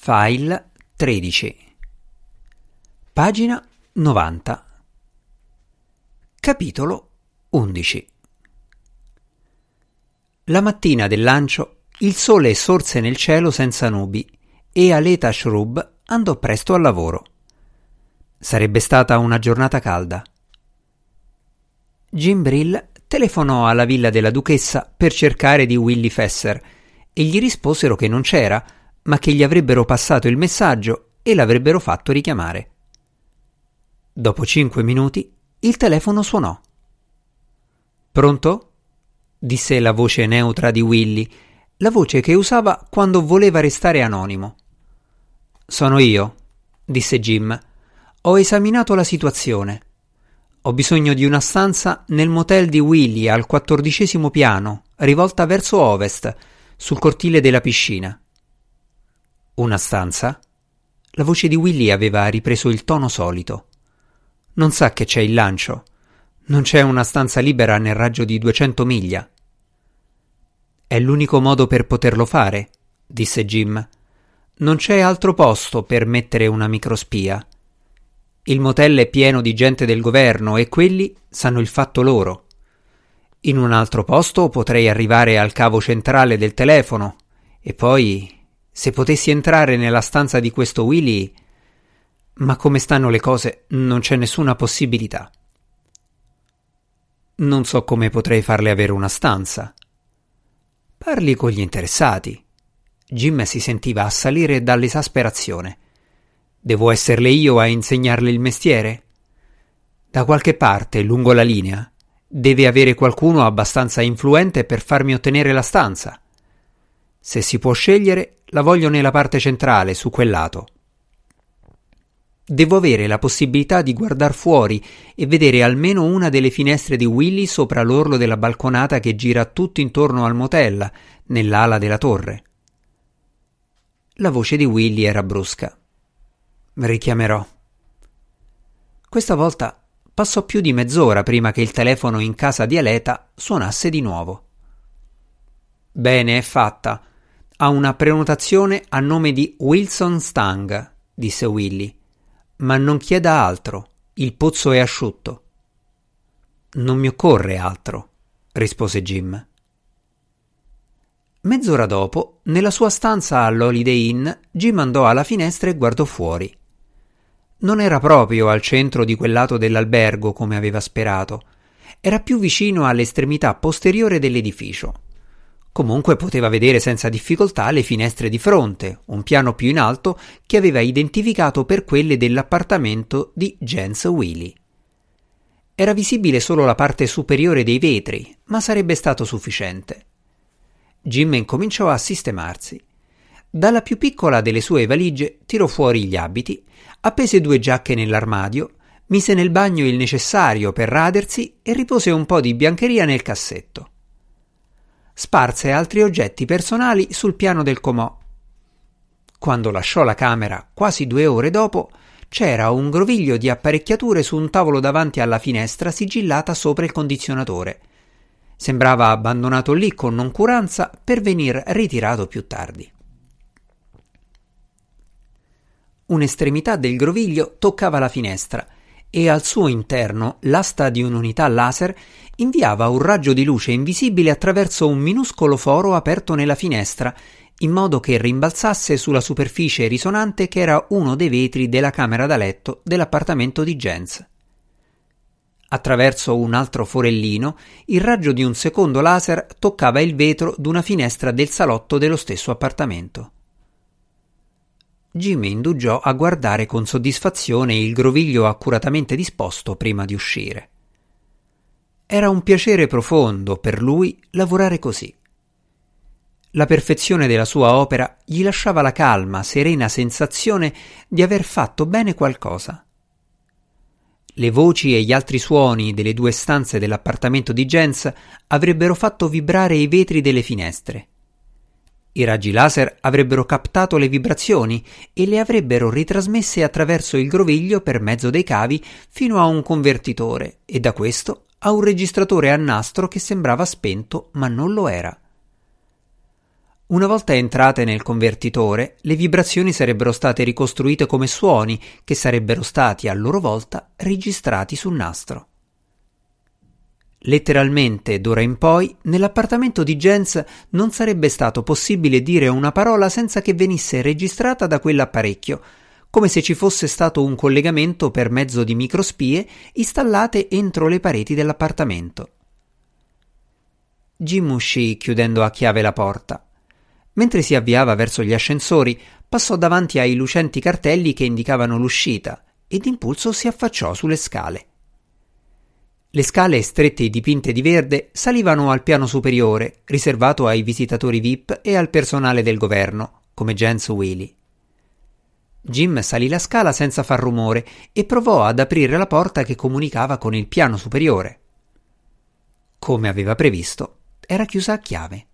File 13. Pagina 90. Capitolo 11. La mattina del lancio il sole sorse nel cielo senza nubi e Aleta Shrub andò presto al lavoro. Sarebbe stata una giornata calda. Jim Brill telefonò alla villa della duchessa per cercare di Willy Fesser e gli risposero che non c'era, ma che gli avrebbero passato il messaggio e l'avrebbero fatto richiamare. Dopo 5 minuti il telefono suonò. «Pronto?» disse la voce neutra di Willy, la voce che usava quando voleva restare anonimo. «Sono io», disse Jim. «Ho esaminato la situazione. Ho bisogno di una stanza nel motel di Willy al 14° piano, rivolta verso ovest, sul cortile della piscina». «Una stanza?» La voce di Willy aveva ripreso il tono solito. «Non sa che c'è il lancio? Non c'è una stanza libera nel raggio di 200 miglia». «È l'unico modo per poterlo fare», disse Jim. «Non c'è altro posto per mettere una microspia. Il motel è pieno di gente del governo e quelli sanno il fatto loro. In un altro posto potrei arrivare al cavo centrale del telefono e poi, se potessi entrare nella stanza di questo Willy, ma come stanno le cose non c'è nessuna possibilità. Non so come potrei farle avere una stanza». «Parli con gli interessati». Jim si sentiva assalire dall'esasperazione. «Devo esserle io a insegnarle il mestiere?» «Da qualche parte, lungo la linea, deve avere qualcuno abbastanza influente per farmi ottenere la stanza. Se si può scegliere, la voglio nella parte centrale, su quel lato. Devo avere la possibilità di guardar fuori e vedere almeno una delle finestre di Willy sopra l'orlo della balconata che gira tutto intorno al motel, nell'ala della torre». La voce di Willy era brusca. «Richiamerò». Questa volta passò più di mezz'ora prima che il telefono in casa di Aleta suonasse di nuovo. «Bene, è fatta. Ha una prenotazione a nome di Wilson Stang», disse Willy. «Ma non chieda altro. Il pozzo è asciutto». «Non mi occorre altro», rispose Jim. Mezz'ora dopo, nella sua stanza all'Holiday Inn, Jim andò alla finestra e guardò fuori. Non era proprio al centro di quel lato dell'albergo come aveva sperato. Era più vicino all'estremità posteriore dell'edificio. Comunque poteva vedere senza difficoltà le finestre di fronte, un piano più in alto, che aveva identificato per quelle dell'appartamento di Jens Willy. Era visibile solo la parte superiore dei vetri, ma sarebbe stato sufficiente. Jim incominciò a sistemarsi. Dalla più piccola delle sue valigie tirò fuori gli abiti, appese 2 giacche nell'armadio, mise nel bagno il necessario per radersi e ripose un po' di biancheria nel cassetto. Sparse altri oggetti personali sul piano del comò. Quando lasciò la camera, quasi 2 ore dopo, c'era un groviglio di apparecchiature su un tavolo davanti alla finestra sigillata sopra il condizionatore. Sembrava abbandonato lì con noncuranza per venir ritirato più tardi. Un'estremità del groviglio toccava la finestra e al suo interno l'asta di un'unità laser inviava un raggio di luce invisibile attraverso un minuscolo foro aperto nella finestra, in modo che rimbalzasse sulla superficie risonante che era uno dei vetri della camera da letto dell'appartamento di Jens. Attraverso un altro forellino, il raggio di un secondo laser toccava il vetro d'una finestra del salotto dello stesso appartamento. Jim indugiò a guardare con soddisfazione il groviglio accuratamente disposto prima di uscire. Era un piacere profondo per lui lavorare così. La perfezione della sua opera gli lasciava la calma, serena sensazione di aver fatto bene qualcosa. Le voci e gli altri suoni delle 2 stanze dell'appartamento di Jens avrebbero fatto vibrare i vetri delle finestre. I raggi laser avrebbero captato le vibrazioni e le avrebbero ritrasmesse attraverso il groviglio per mezzo dei cavi fino a un convertitore e da questo a un registratore a nastro che sembrava spento ma non lo era. Una volta entrate nel convertitore, le vibrazioni sarebbero state ricostruite come suoni che sarebbero stati a loro volta registrati sul nastro. Letteralmente, d'ora in poi, nell'appartamento di Jens non sarebbe stato possibile dire una parola senza che venisse registrata da quell'apparecchio, come se ci fosse stato un collegamento per mezzo di microspie installate entro le pareti dell'appartamento. Jim uscì chiudendo a chiave la porta. Mentre si avviava verso gli ascensori, passò davanti ai lucenti cartelli che indicavano l'uscita e d'impulso si affacciò sulle scale. Le scale strette e dipinte di verde salivano al piano superiore, riservato ai visitatori VIP e al personale del governo, come Jens Wheely. Jim salì la scala senza far rumore e provò ad aprire la porta che comunicava con il piano superiore. Come aveva previsto, era chiusa a chiave.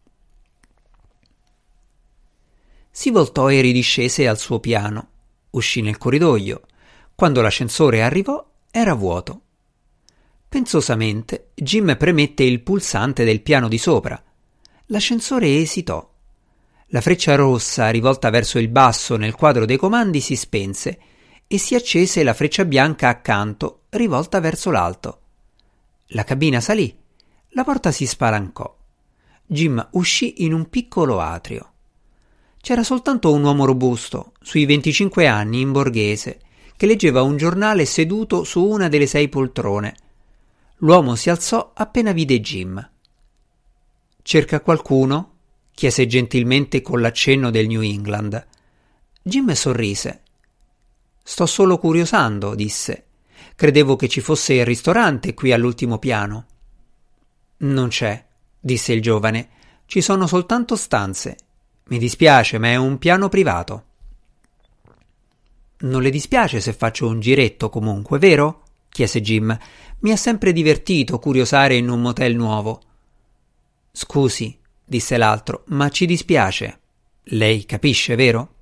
Si voltò e ridiscese al suo piano. Uscì nel corridoio. Quando l'ascensore arrivò, era vuoto. Pensosamente, Jim premette il pulsante del piano di sopra. L'ascensore esitò. La freccia rossa rivolta verso il basso nel quadro dei comandi si spense e si accese la freccia bianca accanto, rivolta verso l'alto. La cabina salì. La porta si spalancò. Jim uscì in un piccolo atrio. C'era soltanto un uomo robusto, sui 25 anni, in borghese, che leggeva un giornale seduto su una delle 6 poltrone. L'uomo si alzò appena vide Jim. «Cerca qualcuno?» chiese gentilmente con l'accenno del New England. Jim sorrise. «Sto solo curiosando», disse. «Credevo che ci fosse il ristorante qui all'ultimo piano». «Non c'è», disse il giovane. «Ci sono soltanto stanze. Mi dispiace, ma è un piano privato». «Non le dispiace se faccio un giretto comunque, vero?» chiese Jim. «Mi ha sempre divertito curiosare in un motel nuovo». «Scusi», disse l'altro, «ma ci dispiace. Lei capisce, vero?»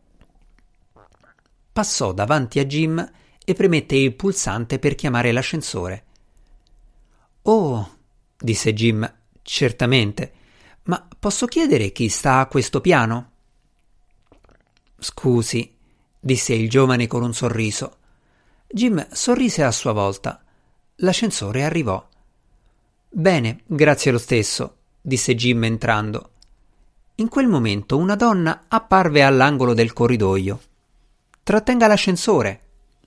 Passò davanti a Jim e premette il pulsante per chiamare l'ascensore. «Oh», disse Jim, «certamente. Ma posso chiedere chi sta a questo piano?» «Scusi», disse il giovane con un sorriso. Jim sorrise a sua volta. L'ascensore arrivò. «Bene, grazie lo stesso», disse Jim entrando. In quel momento una donna apparve all'angolo del corridoio. «Trattenga l'ascensore».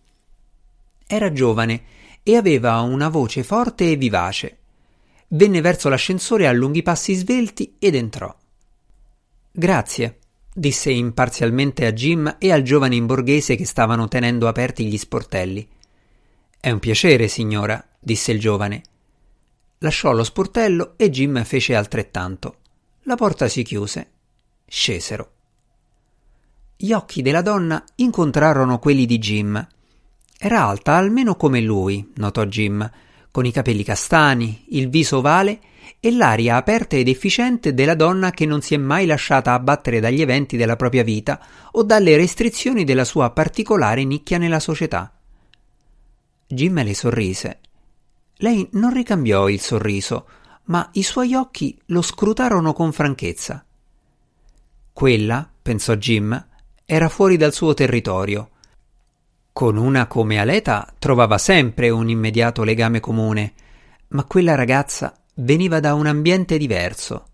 Era giovane e aveva una voce forte e vivace. Venne verso l'ascensore a lunghi passi svelti ed entrò. «Grazie», disse imparzialmente a Jim e al giovane in borghese che stavano tenendo aperti gli sportelli. «È un piacere, signora», disse il giovane. Lasciò lo sportello e Jim fece altrettanto. La porta si chiuse. Scesero. Gli occhi della donna incontrarono quelli di Jim. Era alta almeno come lui, notò Jim, con i capelli castani, il viso ovale e l'aria aperta ed efficiente della donna che non si è mai lasciata abbattere dagli eventi della propria vita o dalle restrizioni della sua particolare nicchia nella società. Jim le sorrise. Lei non ricambiò il sorriso, ma i suoi occhi lo scrutarono con franchezza. Quella, pensò Jim, era fuori dal suo territorio. Con una come Aleta trovava sempre un immediato legame comune, ma quella ragazza veniva da un ambiente diverso.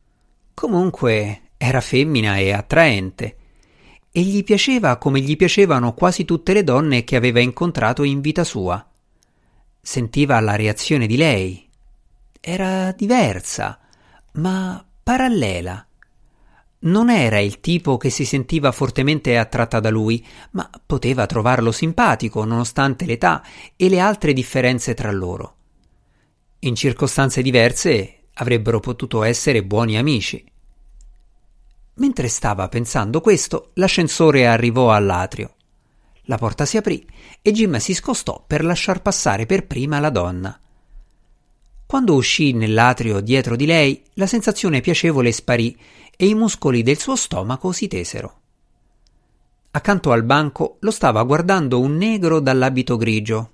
Comunque era femmina e attraente, e gli piaceva come gli piacevano quasi tutte le donne che aveva incontrato in vita sua. Sentiva la reazione di lei. Era diversa, ma parallela. Non era il tipo che si sentiva fortemente attratta da lui, ma poteva trovarlo simpatico nonostante l'età e le altre differenze tra loro. In circostanze diverse avrebbero potuto essere buoni amici. Mentre stava pensando questo, l'ascensore arrivò all'atrio. La porta si aprì e Jim si scostò per lasciar passare per prima la donna. Quando uscì nell'atrio dietro di lei, la sensazione piacevole sparì e i muscoli del suo stomaco si tesero. Accanto al banco lo stava guardando un negro dall'abito grigio,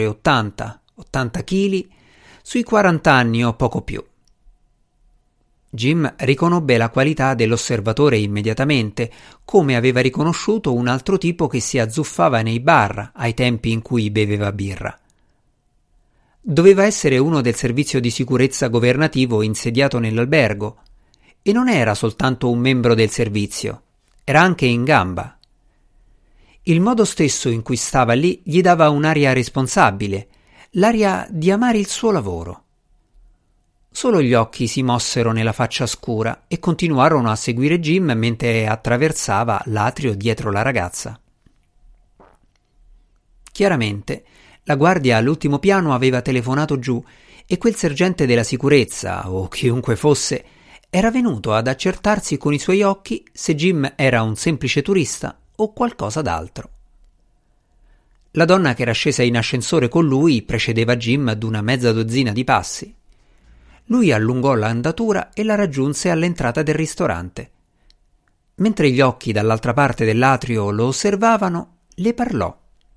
1,80 m, 80 kg, sui 40 anni o poco più. Jim riconobbe la qualità dell'osservatore immediatamente, come aveva riconosciuto un altro tipo che si azzuffava nei bar ai tempi in cui beveva birra. Doveva essere uno del servizio di sicurezza governativo insediato nell'albergo, e non era soltanto un membro del servizio, era anche in gamba. Il modo stesso in cui stava lì gli dava un'aria responsabile, l'aria di amare il suo lavoro. Solo gli occhi si mossero nella faccia scura e continuarono a seguire Jim mentre attraversava l'atrio dietro la ragazza. Chiaramente, la guardia all'ultimo piano aveva telefonato giù e quel sergente della sicurezza, o chiunque fosse, era venuto ad accertarsi con i suoi occhi se Jim era un semplice turista o qualcosa d'altro. La donna che era scesa in ascensore con lui precedeva Jim d'una mezza dozzina di passi. Lui allungò l'andatura e la raggiunse all'entrata del ristorante. Mentre gli occhi dall'altra parte dell'atrio lo osservavano, le parlò.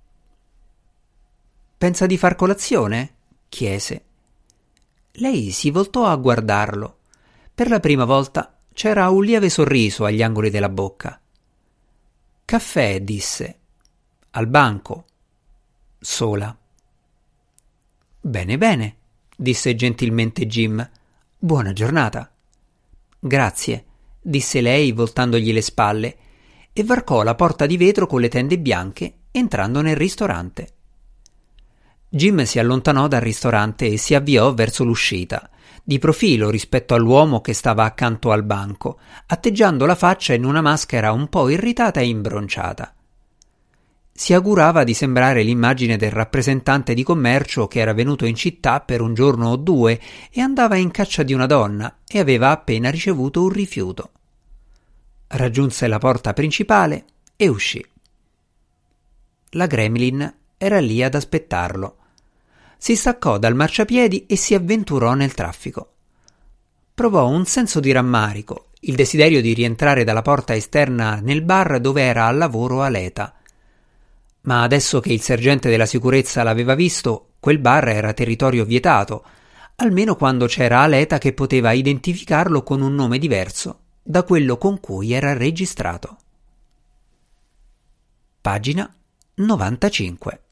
«Pensa di far colazione?» chiese. Lei si voltò a guardarlo. Per la prima volta c'era un lieve sorriso agli angoli della bocca. «Caffè», disse. «Al banco. Sola». «Bene, bene», disse gentilmente Jim. «Buona giornata». «Grazie», disse lei voltandogli le spalle, e varcò la porta di vetro con le tende bianche, entrando nel ristorante. Jim si allontanò dal ristorante e si avviò verso l'uscita, di profilo rispetto all'uomo che stava accanto al banco, atteggiando la faccia in una maschera un po' irritata e imbronciata. Si augurava di sembrare l'immagine del rappresentante di commercio che era venuto in città per un giorno o due e andava in caccia di una donna e aveva appena ricevuto un rifiuto. Raggiunse la porta principale e uscì. La Gremlin era lì ad aspettarlo. Si staccò dal marciapiedi e si avventurò nel traffico. Provò un senso di rammarico, il desiderio di rientrare dalla porta esterna nel bar dove era al lavoro Aleta. Ma adesso che il sergente della sicurezza l'aveva visto, quel bar era territorio vietato, almeno quando c'era Aleta che poteva identificarlo con un nome diverso da quello con cui era registrato. Pagina 95.